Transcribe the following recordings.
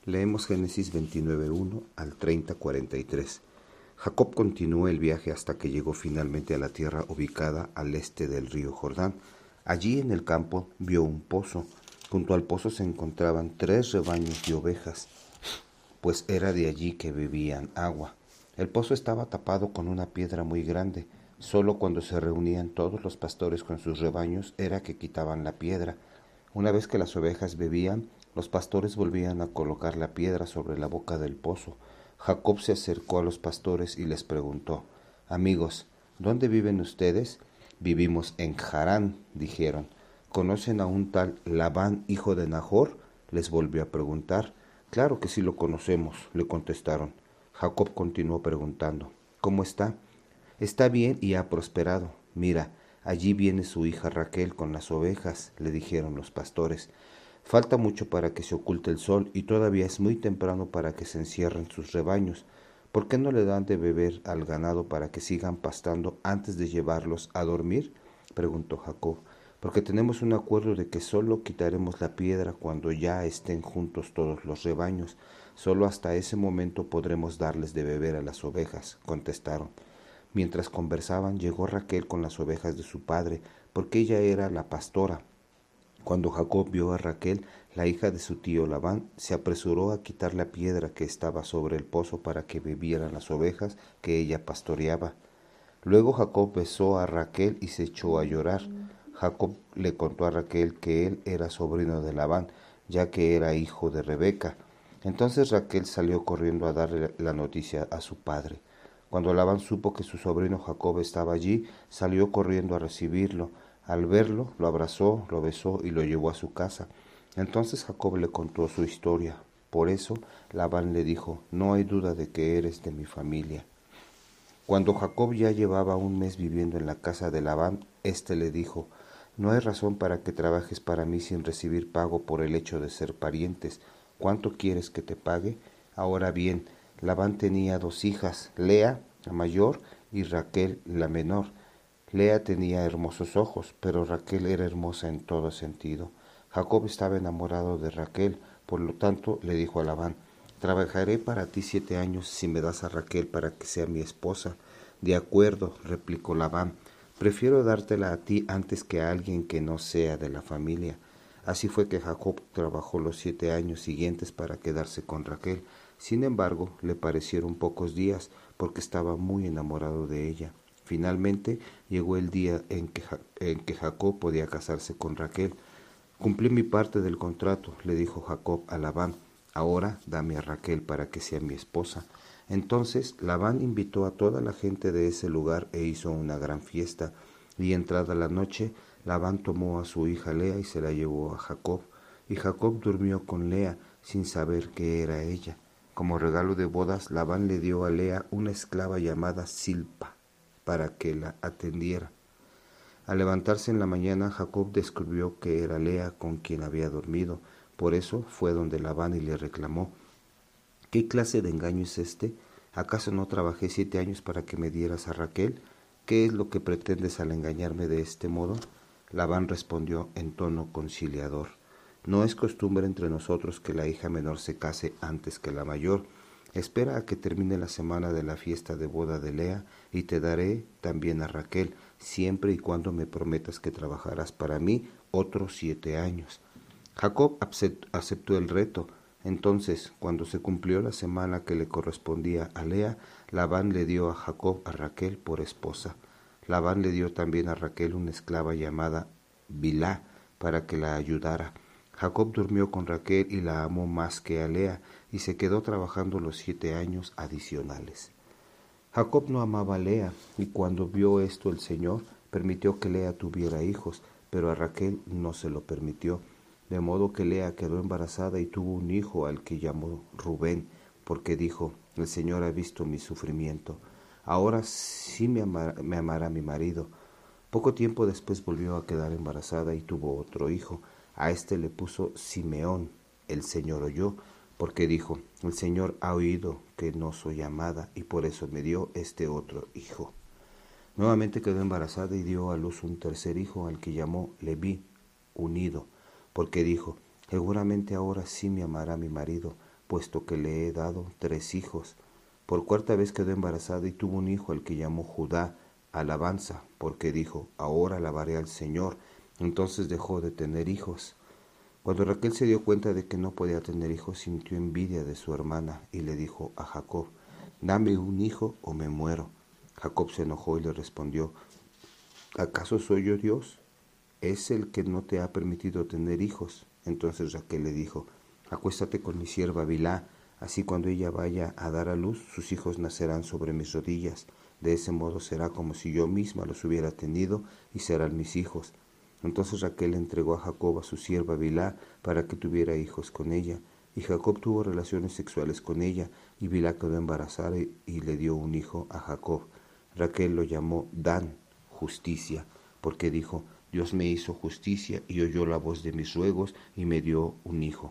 Leemos Génesis 29:1 al 30:43. Jacob continuó el viaje hasta que llegó finalmente a la tierra ubicada al este del río Jordán. Allí en el campo vio un pozo. Junto al pozo se encontraban 3 rebaños de ovejas, pues era de allí que bebían agua. El pozo estaba tapado con una piedra muy grande. Solo cuando se reunían todos los pastores con sus rebaños era que quitaban la piedra. Una vez que las ovejas bebían, los pastores volvían a colocar la piedra sobre la boca del pozo. Jacob se acercó a los pastores y les preguntó: Amigos, ¿dónde viven ustedes? Vivimos en Harán, dijeron. ¿Conocen a un tal Labán, hijo de Nahor? Les volvió a preguntar. Claro que sí lo conocemos, le contestaron. Jacob continuó preguntando: ¿Cómo está? Está bien y ha prosperado. Mira, allí viene su hija Raquel con las ovejas, le dijeron los pastores. Falta mucho para que se oculte el sol y todavía es muy temprano para que se encierren sus rebaños. ¿Por qué no le dan de beber al ganado para que sigan pastando antes de llevarlos a dormir? Preguntó Jacob. Porque tenemos un acuerdo de que solo quitaremos la piedra cuando ya estén juntos todos los rebaños. Solo hasta ese momento podremos darles de beber a las ovejas, contestaron. Mientras conversaban, llegó Raquel con las ovejas de su padre, porque ella era la pastora. Cuando Jacob vio a Raquel, la hija de su tío Labán, se apresuró a quitar la piedra que estaba sobre el pozo para que bebieran las ovejas que ella pastoreaba. Luego Jacob besó a Raquel y se echó a llorar. Jacob le contó a Raquel que él era sobrino de Labán, ya que era hijo de Rebeca. Entonces Raquel salió corriendo a darle la noticia a su padre. Cuando Labán supo que su sobrino Jacob estaba allí, salió corriendo a recibirlo. Al verlo, lo abrazó, lo besó y lo llevó a su casa. Entonces Jacob le contó su historia. Por eso Labán le dijo: No hay duda de que eres de mi familia. Cuando Jacob ya llevaba un mes viviendo en la casa de Labán, éste le dijo: No hay razón para que trabajes para mí sin recibir pago por el hecho de ser parientes. ¿Cuánto quieres que te pague? Ahora bien, Labán tenía 2 hijas, Lea, la mayor, y Raquel, la menor. Lea tenía hermosos ojos, pero Raquel era hermosa en todo sentido. Jacob estaba enamorado de Raquel, por lo tanto le dijo a Labán: Trabajaré para ti 7 años si me das a Raquel para que sea mi esposa. De acuerdo, replicó Labán, prefiero dártela a ti antes que a alguien que no sea de la familia. Así fue que Jacob trabajó los 7 años siguientes para quedarse con Raquel. Sin embargo, le parecieron pocos días porque estaba muy enamorado de ella. Finalmente llegó el día en que Jacob podía casarse con Raquel. Cumplí mi parte del contrato, le dijo Jacob a Labán. Ahora dame a Raquel para que sea mi esposa. Entonces Labán invitó a toda la gente de ese lugar e hizo una gran fiesta. Y entrada la noche, Labán tomó a su hija Lea y se la llevó a Jacob. Y Jacob durmió con Lea sin saber que era ella. Como regalo de bodas, Labán le dio a Lea una esclava llamada Silpa para que la atendiera. Al levantarse en la mañana, Jacob descubrió que era Lea con quien había dormido. Por eso fue donde Labán y le reclamó: ¿Qué clase de engaño es este? ¿Acaso no trabajé 7 años para que me dieras a Raquel? ¿Qué es lo que pretendes al engañarme de este modo? Labán respondió en tono conciliador: No es costumbre entre nosotros que la hija menor se case antes que la mayor. Espera a que termine la semana de la fiesta de boda de Lea y te daré también a Raquel, siempre y cuando me prometas que trabajarás para mí otros 7 años. Jacob aceptó el reto. Entonces, cuando se cumplió la semana que le correspondía a Lea, Labán le dio a Jacob a Raquel por esposa. Labán le dio también a Raquel una esclava llamada Bilhá para que la ayudara. Jacob durmió con Raquel y la amó más que a Lea, y se quedó trabajando los 7 años adicionales. Jacob no amaba a Lea, y cuando vio esto el Señor permitió que Lea tuviera hijos, pero a Raquel no se lo permitió, de modo que Lea quedó embarazada y tuvo un hijo al que llamó Rubén, porque dijo: El Señor ha visto mi sufrimiento, ahora sí me amará mi marido. Poco tiempo después volvió a quedar embarazada y tuvo otro hijo. A este le puso Simeón. El Señor oyó, porque dijo: El Señor ha oído que no soy amada, y por eso me dio este otro hijo. Nuevamente quedó embarazada y dio a luz un tercer hijo, al que llamó Leví, unido, porque dijo: Seguramente ahora sí me amará mi marido, puesto que le he dado 3 hijos. Por cuarta vez quedó embarazada y tuvo un hijo al que llamó Judá, alabanza, porque dijo, ahora alabaré al Señor. Entonces dejó de tener hijos. Cuando Raquel se dio cuenta de que no podía tener hijos, sintió envidia de su hermana y le dijo a Jacob, dame un hijo o me muero. Jacob se enojó y le respondió, ¿acaso soy yo Dios? Es el que no te ha permitido tener hijos. Entonces Raquel le dijo, acuéstate con mi sierva Bilhá, así cuando ella vaya a dar a luz, sus hijos nacerán sobre mis rodillas. De ese modo será como si yo misma los hubiera tenido y serán mis hijos. Entonces Raquel entregó a Jacob a su sierva Bilhá para que tuviera hijos con ella. Y Jacob tuvo relaciones sexuales con ella, y Bilhá quedó embarazada y le dio un hijo a Jacob. Raquel lo llamó Dan, justicia, porque dijo, Dios me hizo justicia y oyó la voz de mis ruegos y me dio un hijo.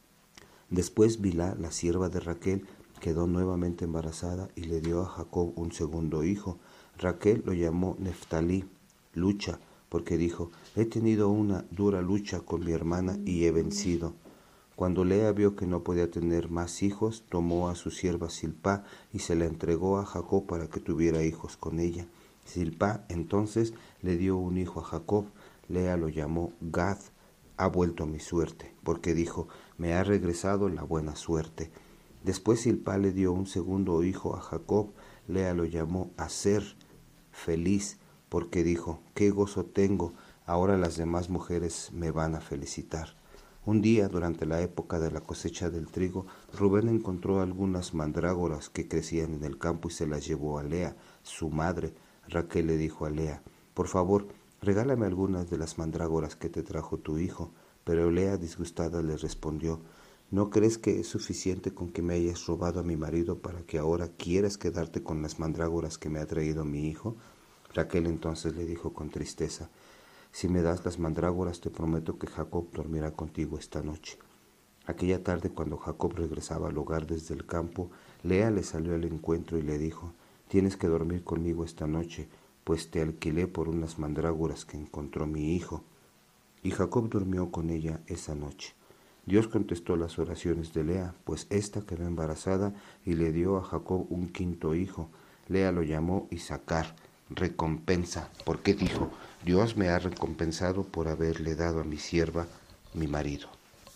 Después Bilhá, la sierva de Raquel, quedó nuevamente embarazada y le dio a Jacob un segundo hijo. Raquel lo llamó Neftalí, lucha, porque dijo, he tenido una dura lucha con mi hermana y he vencido. Cuando Lea vio que no podía tener más hijos, tomó a su sierva Zilpá y se la entregó a Jacob para que tuviera hijos con ella. Zilpá entonces le dio un hijo a Jacob. Lea lo llamó Gad, ha vuelto mi suerte, porque dijo, me ha regresado la buena suerte. Después Zilpá le dio un segundo hijo a Jacob. Lea lo llamó Aser, feliz, porque dijo, qué gozo tengo, ahora las demás mujeres me van a felicitar. Un día, durante la época de la cosecha del trigo, Rubén encontró algunas mandrágoras que crecían en el campo y se las llevó a Lea, su madre. Raquel le dijo a Lea, por favor, regálame algunas de las mandrágoras que te trajo tu hijo. Pero Lea, disgustada, le respondió, ¿no crees que es suficiente con que me hayas robado a mi marido para que ahora quieras quedarte con las mandrágoras que me ha traído mi hijo? Raquel entonces le dijo con tristeza, si me das las mandrágoras te prometo que Jacob dormirá contigo esta noche. Aquella tarde, cuando Jacob regresaba al hogar desde el campo, Lea le salió al encuentro y le dijo, tienes que dormir conmigo esta noche, pues te alquilé por unas mandrágoras que encontró mi hijo. Y Jacob durmió con ella esa noche. Dios contestó las oraciones de Lea, pues ésta quedó embarazada y le dio a Jacob un quinto hijo. Lea lo llamó Isacar, recompensa, porque dijo, Dios me ha recompensado por haberle dado a mi sierva mi marido.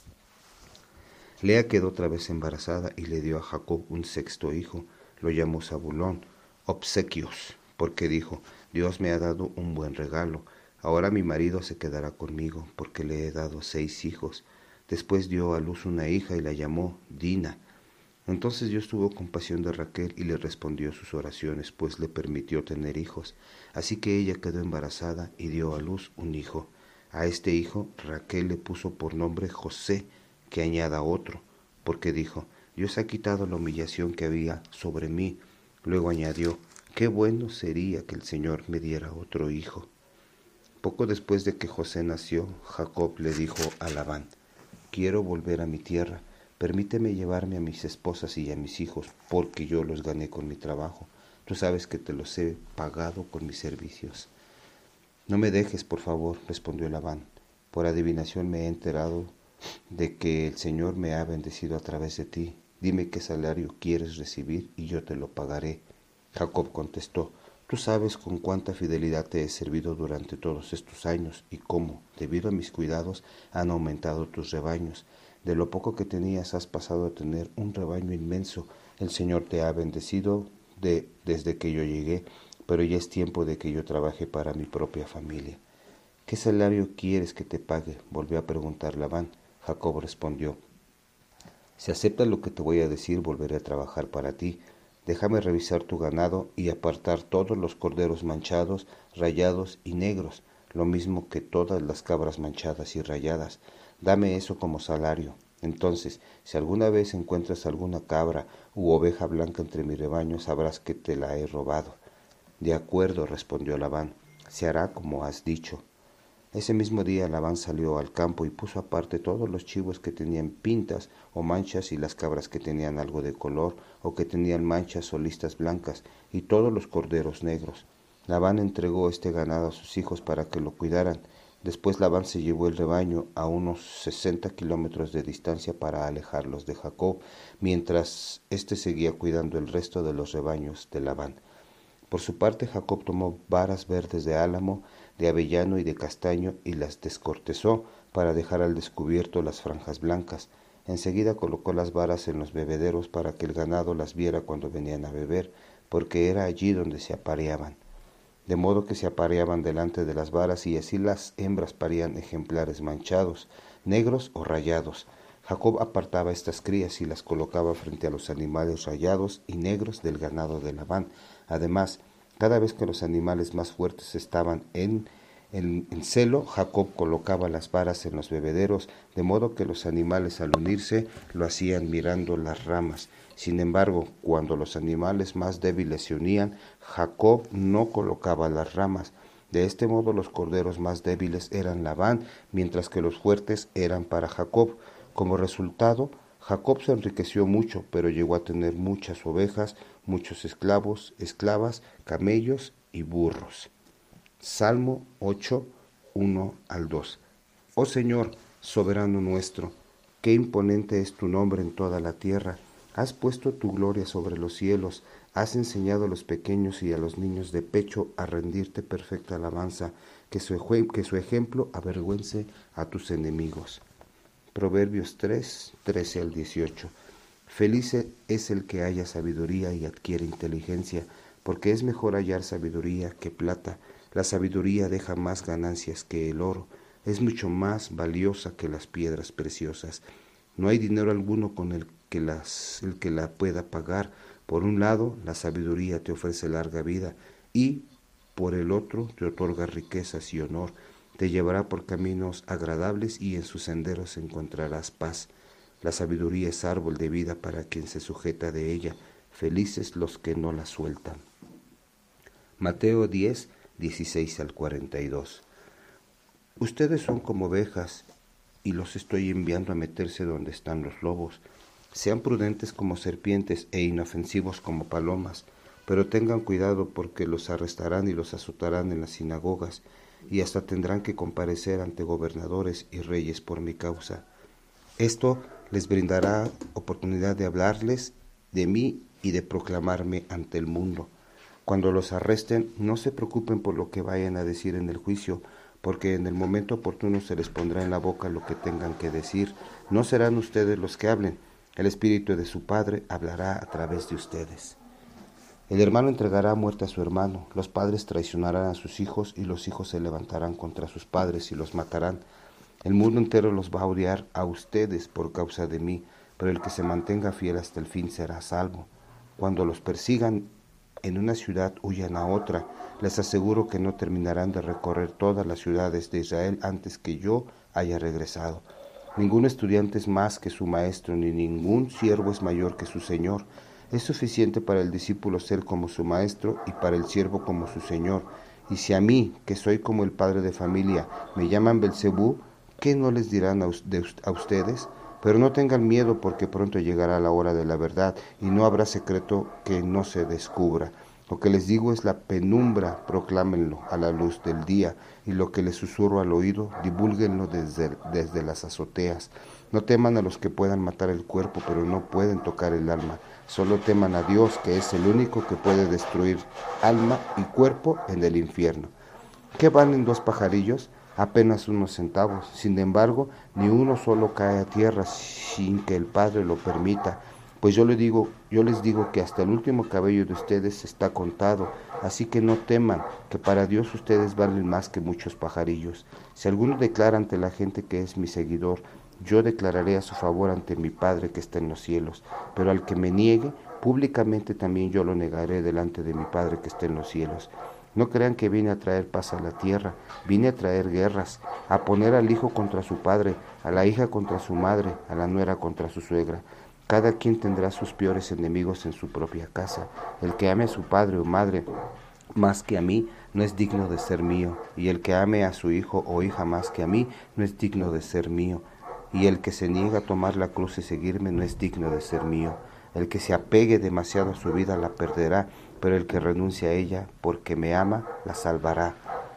Lea quedó otra vez embarazada y le dio a Jacob un sexto hijo. Lo llamó Zabulón, obsequios, porque dijo, Dios me ha dado un buen regalo. Ahora mi marido se quedará conmigo, porque le he dado 6 hijos. Después dio a luz una hija y la llamó Dina. Entonces Dios tuvo compasión de Raquel y le respondió sus oraciones, pues le permitió tener hijos. Así que ella quedó embarazada y dio a luz un hijo. A este hijo Raquel le puso por nombre José, que añada otro, porque dijo, Dios ha quitado la humillación que había sobre mí. Luego añadió, qué bueno sería que el Señor me diera otro hijo. Poco después de que José nació, Jacob le dijo a Labán, quiero volver a mi tierra. Permíteme llevarme a mis esposas y a mis hijos, porque yo los gané con mi trabajo. Tú sabes que te los he pagado con mis servicios. No me dejes, por favor, respondió Labán. Por adivinación me he enterado de que el Señor me ha bendecido a través de ti. Dime qué salario quieres recibir y yo te lo pagaré. Jacob contestó, tú sabes con cuánta fidelidad te he servido durante todos estos años y cómo, debido a mis cuidados, han aumentado tus rebaños. De lo poco que tenías has pasado a tener un rebaño inmenso. El Señor te ha bendecido desde que yo llegué, pero ya es tiempo de que yo trabaje para mi propia familia. ¿Qué salario quieres que te pague?, volvió a preguntar Labán. Jacob respondió, si aceptas lo que te voy a decir, volveré a trabajar para ti. Déjame revisar tu ganado y apartar todos los corderos manchados, rayados y negros, lo mismo que todas las cabras manchadas y rayadas. Dame eso como salario. Entonces, si alguna vez encuentras alguna cabra u oveja blanca entre mi rebaño, sabrás que te la he robado. De acuerdo, respondió Labán, se hará como has dicho. Ese mismo día Labán salió al campo y puso aparte todos los chivos que tenían pintas o manchas y las cabras que tenían algo de color o que tenían manchas o listas blancas y todos los corderos negros. Labán entregó este ganado a sus hijos para que lo cuidaran. Después Labán se llevó el rebaño a unos 60 kilómetros de distancia para alejarlos de Jacob, mientras éste seguía cuidando el resto de los rebaños de Labán. Por su parte, Jacob tomó varas verdes de álamo, de avellano y de castaño y las descortezó para dejar al descubierto las franjas blancas. Enseguida colocó las varas en los bebederos para que el ganado las viera cuando venían a beber, porque era allí donde se apareaban. De modo que se apareaban delante de las varas y así las hembras parían ejemplares manchados, negros o rayados. Jacob apartaba estas crías y las colocaba frente a los animales rayados y negros del ganado de Labán. Además, cada vez que los animales más fuertes estaban en celo, Jacob colocaba las varas en los bebederos, de modo que los animales al unirse lo hacían mirando las ramas. Sin embargo, cuando los animales más débiles se unían, Jacob no colocaba las ramas. De este modo los corderos más débiles eran Labán, mientras que los fuertes eran para Jacob. Como resultado, Jacob se enriqueció mucho, pero llegó a tener muchas ovejas, muchos esclavos, esclavas, camellos y burros. Salmo 8, 1 al 2. Oh Señor, soberano nuestro, qué imponente es tu nombre en toda la tierra. Has puesto tu gloria sobre los cielos, has enseñado a los pequeños y a los niños de pecho a rendirte perfecta alabanza, que su ejemplo avergüence a tus enemigos. Proverbios 3, 13 al 18. Feliz es el que haya sabiduría y adquiere inteligencia, porque es mejor hallar sabiduría que plata. La sabiduría deja más ganancias que el oro, es mucho más valiosa que las piedras preciosas. No hay dinero alguno con el que la pueda pagar. Por un lado, la sabiduría te ofrece larga vida y, por el otro, te otorga riquezas y honor. Te llevará por caminos agradables y en sus senderos encontrarás paz. La sabiduría es árbol de vida para quien se sujeta de ella. Felices los que no la sueltan. Mateo 10, 16 al 42. Ustedes son como ovejas y los estoy enviando a meterse donde están los lobos. Sean prudentes como serpientes e inofensivos como palomas, pero tengan cuidado porque los arrestarán y los azotarán en las sinagogas y hasta tendrán que comparecer ante gobernadores y reyes por mi causa. Esto les brindará oportunidad de hablarles de mí y de proclamarme ante el mundo. Cuando los arresten, no se preocupen por lo que vayan a decir en el juicio, porque en el momento oportuno se les pondrá en la boca lo que tengan que decir. No serán ustedes los que hablen, el Espíritu de su Padre hablará a través de ustedes. El hermano entregará a muerte a su hermano, los padres traicionarán a sus hijos y los hijos se levantarán contra sus padres y los matarán. El mundo entero los va a odiar a ustedes por causa de mí, pero el que se mantenga fiel hasta el fin será salvo. Cuando los persigan en una ciudad, huyan a otra. Les aseguro que no terminarán de recorrer todas las ciudades de Israel antes que yo haya regresado. Ningún estudiante es más que su maestro, ni ningún siervo es mayor que su señor. Es suficiente para el discípulo ser como su maestro y para el siervo como su señor. Y si a mí, que soy como el padre de familia, me llaman Belcebú, ¿qué no les dirán a ustedes? Pero no tengan miedo porque pronto llegará la hora de la verdad y no habrá secreto que no se descubra. Lo que les digo es la penumbra, proclámenlo a la luz del día, y lo que les susurro al oído, divúlguenlo desde las azoteas. No teman a los que puedan matar el cuerpo, pero no pueden tocar el alma. Solo teman a Dios, que es el único que puede destruir alma y cuerpo en el infierno. ¿Qué valen 2 pajarillos? Apenas unos centavos. Sin embargo, ni uno solo cae a tierra sin que el Padre lo permita. Pues yo les digo que hasta el último cabello de ustedes está contado, así que no teman, que para Dios ustedes valen más que muchos pajarillos. Si alguno declara ante la gente que es mi seguidor, yo declararé a su favor ante mi Padre que está en los cielos. Pero al que me niegue, públicamente también yo lo negaré delante de mi Padre que está en los cielos. No crean que vine a traer paz a la tierra, vine a traer guerras, a poner al hijo contra su padre, a la hija contra su madre, a la nuera contra su suegra. Cada quien tendrá sus peores enemigos en su propia casa. El que ame a su padre o madre más que a mí no es digno de ser mío, y el que ame a su hijo o hija más que a mí no es digno de ser mío, y el que se niega a tomar la cruz y seguirme no es digno de ser mío. El que se apegue demasiado a su vida la perderá, pero el que renuncia a ella porque me ama la salvará.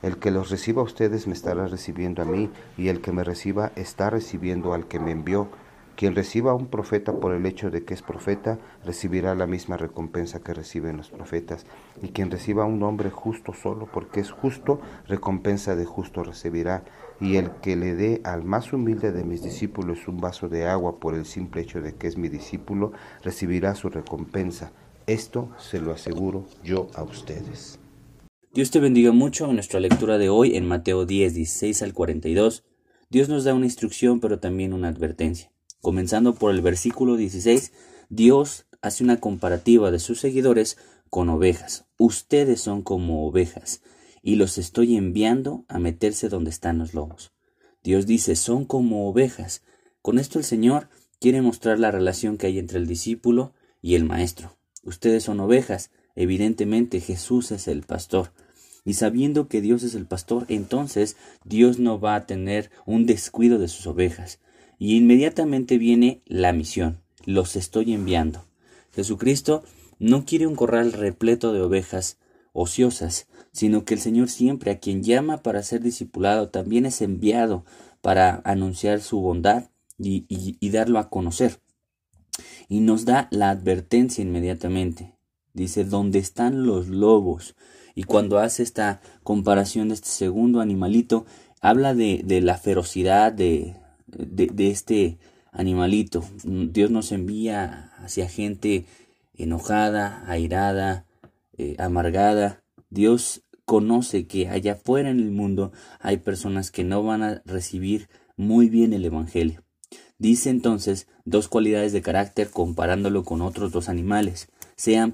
El que los reciba a ustedes me estará recibiendo a mí, y el que me reciba está recibiendo al que me envió. Quien reciba a un profeta por el hecho de que es profeta, recibirá la misma recompensa que reciben los profetas. Y quien reciba a un hombre justo solo porque es justo, recompensa de justo recibirá. Y el que le dé al más humilde de mis discípulos un vaso de agua por el simple hecho de que es mi discípulo, recibirá su recompensa. Esto se lo aseguro yo a ustedes. Dios te bendiga mucho. En nuestra lectura de hoy, en Mateo 10, 16 al 42, Dios nos da una instrucción, pero también una advertencia. Comenzando por el versículo 16, Dios hace una comparativa de sus seguidores con ovejas. Ustedes son como ovejas, y los estoy enviando a meterse donde están los lobos. Dios dice, son como ovejas. Con esto el Señor quiere mostrar la relación que hay entre el discípulo y el maestro. Ustedes son ovejas. Evidentemente Jesús es el pastor. Y sabiendo que Dios es el pastor, entonces Dios no va a tener un descuido de sus ovejas. Y inmediatamente viene la misión. Los estoy enviando. Jesucristo no quiere un corral repleto de ovejas ociosas, sino que el Señor siempre a quien llama para ser discipulado también es enviado para anunciar su bondad y darlo a conocer. Y nos da la advertencia inmediatamente. Dice, ¿dónde están los lobos? Y cuando hace esta comparación de este segundo animalito, habla de la ferocidad de este animalito. Dios nos envía hacia gente enojada, airada, amargada. Dios conoce que allá afuera en el mundo hay personas que no van a recibir muy bien el evangelio. Dice entonces dos cualidades de carácter comparándolo con otros dos animales. Sean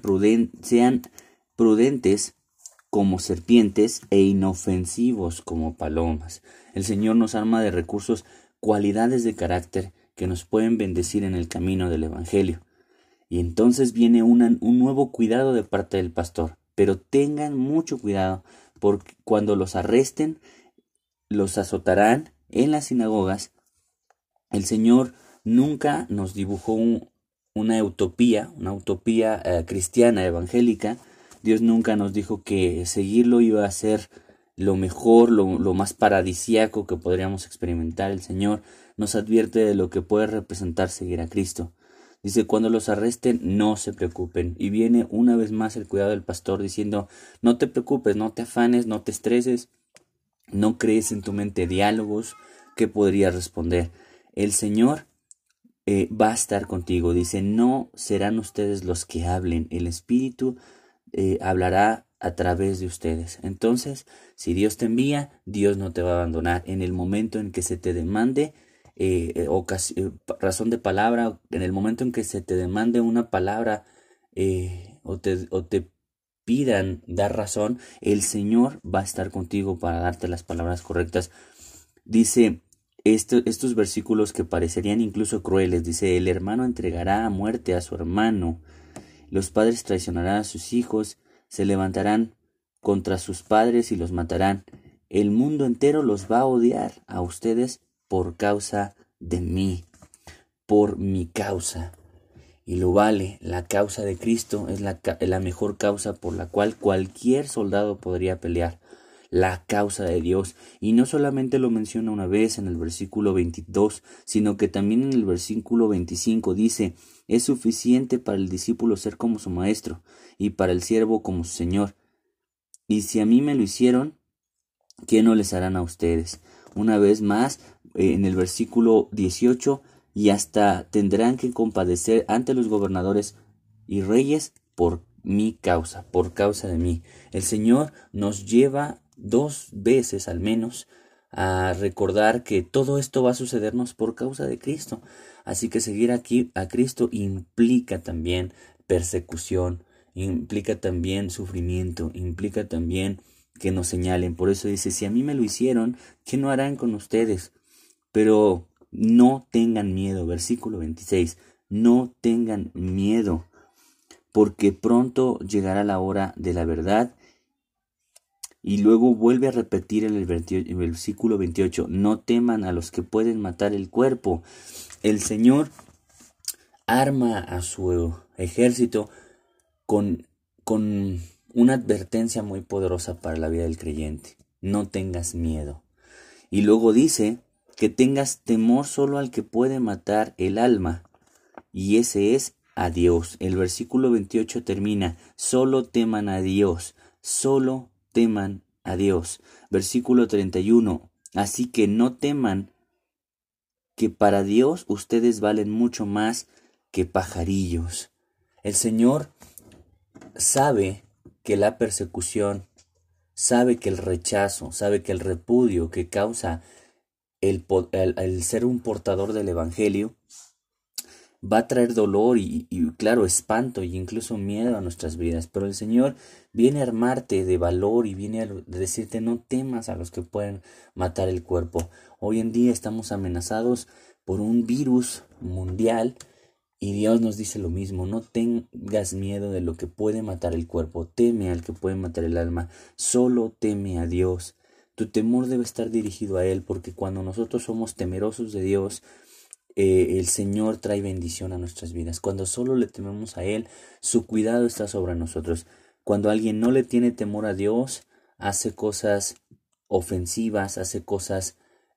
prudentes como serpientes e inofensivos como palomas. El Señor nos arma de recursos, cualidades de carácter que nos pueden bendecir en el camino del Evangelio. Y entonces viene un nuevo cuidado de parte del pastor. Pero tengan mucho cuidado, porque cuando los arresten, los azotarán en las sinagogas. El Señor nunca nos dibujó una utopía cristiana, evangélica. Dios nunca nos dijo que seguirlo iba a ser lo mejor, lo más paradisíaco que podríamos experimentar. El Señor nos advierte de lo que puede representar seguir a Cristo. Dice, cuando los arresten, no se preocupen. Y viene una vez más el cuidado del pastor diciendo, no te preocupes, no te afanes, no te estreses, no crees en tu mente diálogos que podrías responder. El Señor va a estar contigo. Dice, no serán ustedes los que hablen, el Espíritu hablará a través de ustedes. Entonces, si Dios te envía, Dios no te va a abandonar. En el momento en que se te demande razón de palabra, en el momento en que se te demande una palabra o te pidan dar razón, el Señor va a estar contigo para darte las palabras correctas. Dice estos versículos que parecerían incluso crueles. Dice, el hermano entregará a muerte a su hermano, los padres traicionarán a sus hijos, se levantarán contra sus padres y los matarán. El mundo entero los va a odiar a ustedes por causa de mí, por mi causa. Y lo vale, la causa de Cristo es la mejor causa por la cual cualquier soldado podría pelear. La causa de Dios. Y no solamente lo menciona una vez en el versículo 22, sino que también en el versículo 25 dice, es suficiente para el discípulo ser como su maestro y para el siervo como su señor. Y si a mí me lo hicieron, ¿qué no les harán a ustedes? Una vez más, en el versículo 18, y hasta tendrán que compadecer ante los gobernadores y reyes por mi causa, por causa de mí. El Señor nos lleva 2 veces al menos a recordar que todo esto va a sucedernos por causa de Cristo. Así que seguir aquí a Cristo implica también persecución, implica también sufrimiento, implica también que nos señalen. Por eso dice, si a mí me lo hicieron, ¿qué no harán con ustedes? Pero no tengan miedo, versículo 26, no tengan miedo, porque pronto llegará la hora de la verdad. Y luego vuelve a repetir en el versículo 28, no teman a los que pueden matar el cuerpo. El Señor arma a su ejército con una advertencia muy poderosa para la vida del creyente. no tengas miedo. Y luego dice que tengas temor solo al que puede matar el alma, y ese es a Dios. El versículo 28 termina, solo teman a Dios, solo teman a Dios. Versículo 31, así que no teman, que para Dios ustedes valen mucho más que pajarillos. El Señor sabe que la persecución, sabe que el rechazo, sabe que el repudio que causa el ser un portador del Evangelio va a traer dolor y claro, espanto y incluso miedo a nuestras vidas. Pero el Señor viene a armarte de valor y viene a decirte no temas a los que pueden matar el cuerpo. Hoy en día estamos amenazados por un virus mundial y Dios nos dice lo mismo, no tengas miedo de lo que puede matar el cuerpo, teme al que puede matar el alma, solo teme a Dios. Tu temor debe estar dirigido a Él, porque cuando nosotros somos temerosos de Dios, el Señor trae bendición a nuestras vidas. Cuando solo le tememos a Él, su cuidado está sobre nosotros. Cuando alguien no le tiene temor a Dios, hace cosas ofensivas, hace cosas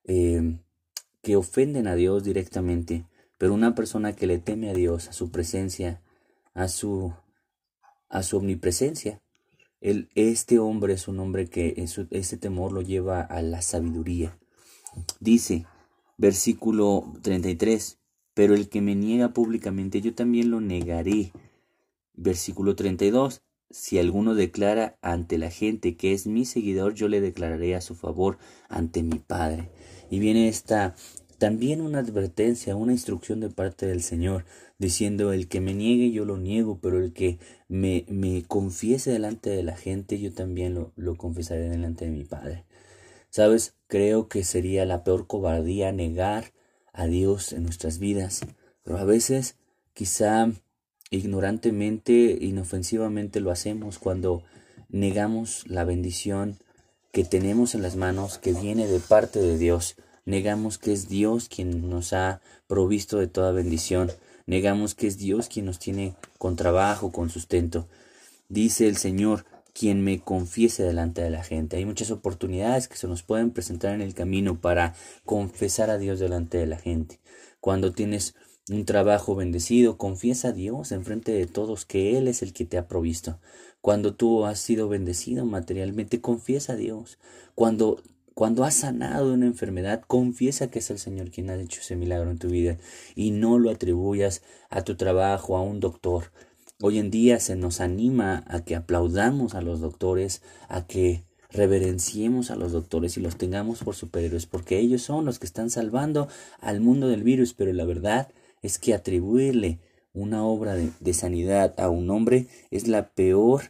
que ofenden a Dios directamente. Pero una persona que le teme a Dios, a su presencia, a su omnipresencia, este hombre es un hombre que ese temor lo lleva a la sabiduría. Dice, versículo 33, pero el que me niega públicamente, yo también lo negaré. Versículo 32, si alguno declara ante la gente que es mi seguidor, yo le declararé a su favor ante mi Padre. Y viene también una advertencia, una instrucción de parte del Señor, diciendo, el que me niegue yo lo niego, pero el que me confiese delante de la gente, yo también lo confesaré delante de mi Padre. ¿Sabes? Creo que sería la peor cobardía negar a Dios en nuestras vidas, pero a veces quizá ignorantemente, inofensivamente lo hacemos cuando negamos la bendición que tenemos en las manos, que viene de parte de Dios. Negamos que es Dios quien nos ha provisto de toda bendición. Negamos que es Dios quien nos tiene con trabajo, con sustento. Dice el Señor, quien me confiese delante de la gente. Hay muchas oportunidades que se nos pueden presentar en el camino para confesar a Dios delante de la gente. Cuando tienes un trabajo bendecido, confiesa a Dios enfrente de todos que Él es el que te ha provisto. Cuando tú has sido bendecido materialmente, confiesa a Dios. Cuando has sanado de una enfermedad, confiesa que es el Señor quien ha hecho ese milagro en tu vida y no lo atribuyas a tu trabajo, a un doctor. Hoy en día se nos anima a que aplaudamos a los doctores, a que reverenciemos a los doctores y los tengamos por superhéroes, porque ellos son los que están salvando al mundo del virus, pero la verdad es que atribuirle una obra de sanidad a un hombre es la peor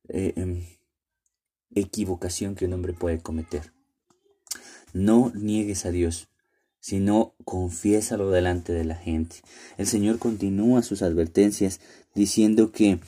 equivocación que un hombre puede cometer. No niegues a Dios, sino confiésalo delante de la gente. El Señor continúa sus advertencias diciendo que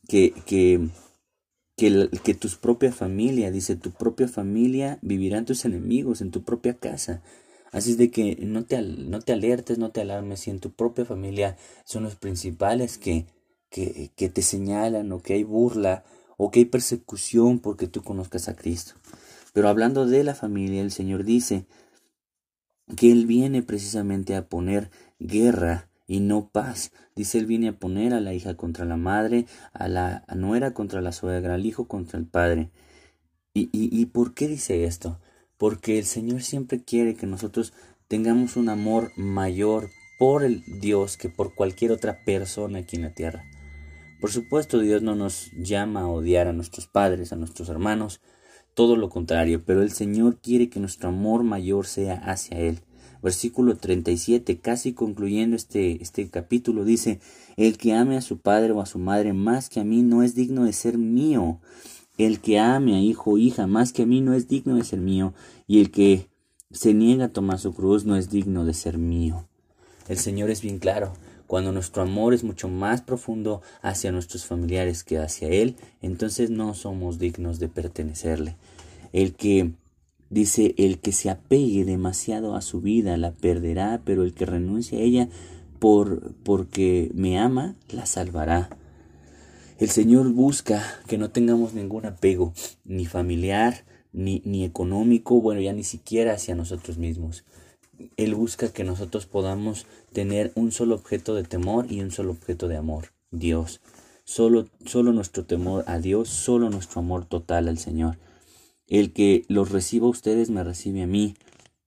tu propia familia, dice, tu propia familia vivirán tus enemigos en tu propia casa. Así es de que no te alertes, no te alarmes si en tu propia familia son los principales que te señalan, o que hay burla o que hay persecución porque tú conozcas a Cristo. Pero hablando de la familia, el Señor dice que Él viene precisamente a poner guerra y no paz. Dice, Él viene a poner a la hija contra la madre, a la nuera contra la suegra, al hijo contra el padre. ¿Y por qué dice esto? Porque el Señor siempre quiere que nosotros tengamos un amor mayor por el Dios que por cualquier otra persona aquí en la tierra. Por supuesto, Dios no nos llama a odiar a nuestros padres, a nuestros hermanos, todo lo contrario, pero el Señor quiere que nuestro amor mayor sea hacia Él. Versículo 37, casi concluyendo este capítulo, dice, el que ame a su padre o a su madre más que a mí no es digno de ser mío. El que ame a hijo o hija más que a mí no es digno de ser mío. Y el que se niega a tomar su cruz no es digno de ser mío. El Señor es bien claro. Cuando nuestro amor es mucho más profundo hacia nuestros familiares que hacia Él, entonces no somos dignos de pertenecerle. El que se apegue demasiado a su vida la perderá, pero el que renuncie a ella porque me ama, la salvará. El Señor busca que no tengamos ningún apego, ni familiar, ni económico, bueno, ya ni siquiera hacia nosotros mismos. Él busca que nosotros podamos tener un solo objeto de temor y un solo objeto de amor, Dios. Solo nuestro temor a Dios, solo nuestro amor total al Señor. El que los reciba a ustedes me recibe a mí.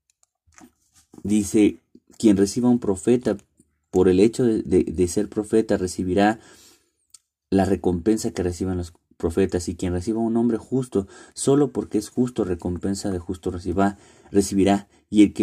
Dice, quien reciba a un profeta por el hecho de ser profeta recibirá la recompensa que reciban los profetas, y quien reciba a un hombre justo solo porque es justo, recompensa de justo recibirá, y el que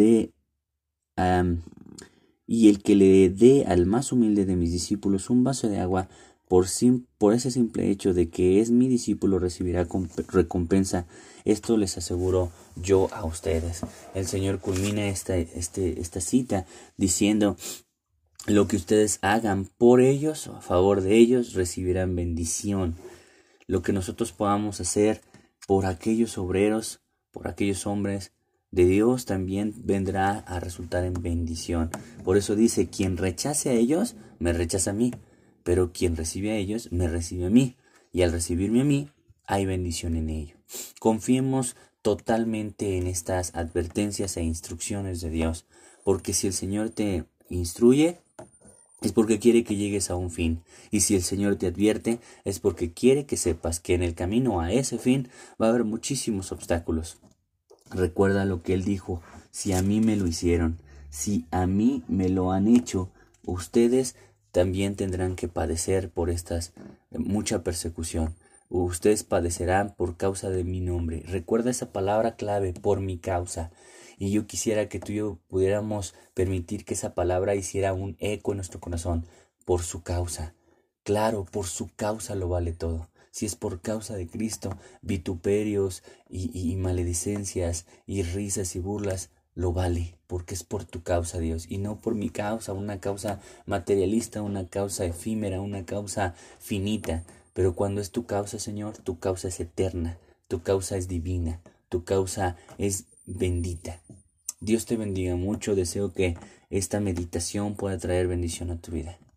le dé al más humilde de mis discípulos un vaso de agua, por ese simple hecho de que es mi discípulo, recibirá recompensa. Esto les aseguro yo a ustedes. El Señor culmina esta cita diciendo: lo que ustedes hagan por ellos, a favor de ellos, recibirán bendición. Lo que nosotros podamos hacer por aquellos obreros, por aquellos hombres de Dios, también vendrá a resultar en bendición. Por eso dice, quien rechace a ellos, me rechaza a mí. Pero quien recibe a ellos, me recibe a mí. Y al recibirme a mí, hay bendición en ello. Confiemos totalmente en estas advertencias e instrucciones de Dios. Porque si el Señor te instruye, es porque quiere que llegues a un fin. Y si el Señor te advierte, es porque quiere que sepas que en el camino a ese fin va a haber muchísimos obstáculos. Recuerda lo que Él dijo: si a mí me lo hicieron, si a mí me lo han hecho, ustedes también tendrán que padecer por mucha persecución. Ustedes padecerán por causa de mi nombre. Recuerda esa palabra clave, por mi causa. Y yo quisiera que tú y yo pudiéramos permitir que esa palabra hiciera un eco en nuestro corazón. Por su causa. Claro, por su causa lo vale todo. Si es por causa de Cristo, vituperios y maledicencias y risas y burlas, lo vale, porque es por tu causa, Dios, y no por mi causa, una causa materialista, una causa efímera, una causa finita. Pero cuando es tu causa, Señor, tu causa es eterna, tu causa es divina, tu causa es bendita. Dios te bendiga mucho. Deseo que esta meditación pueda traer bendición a tu vida.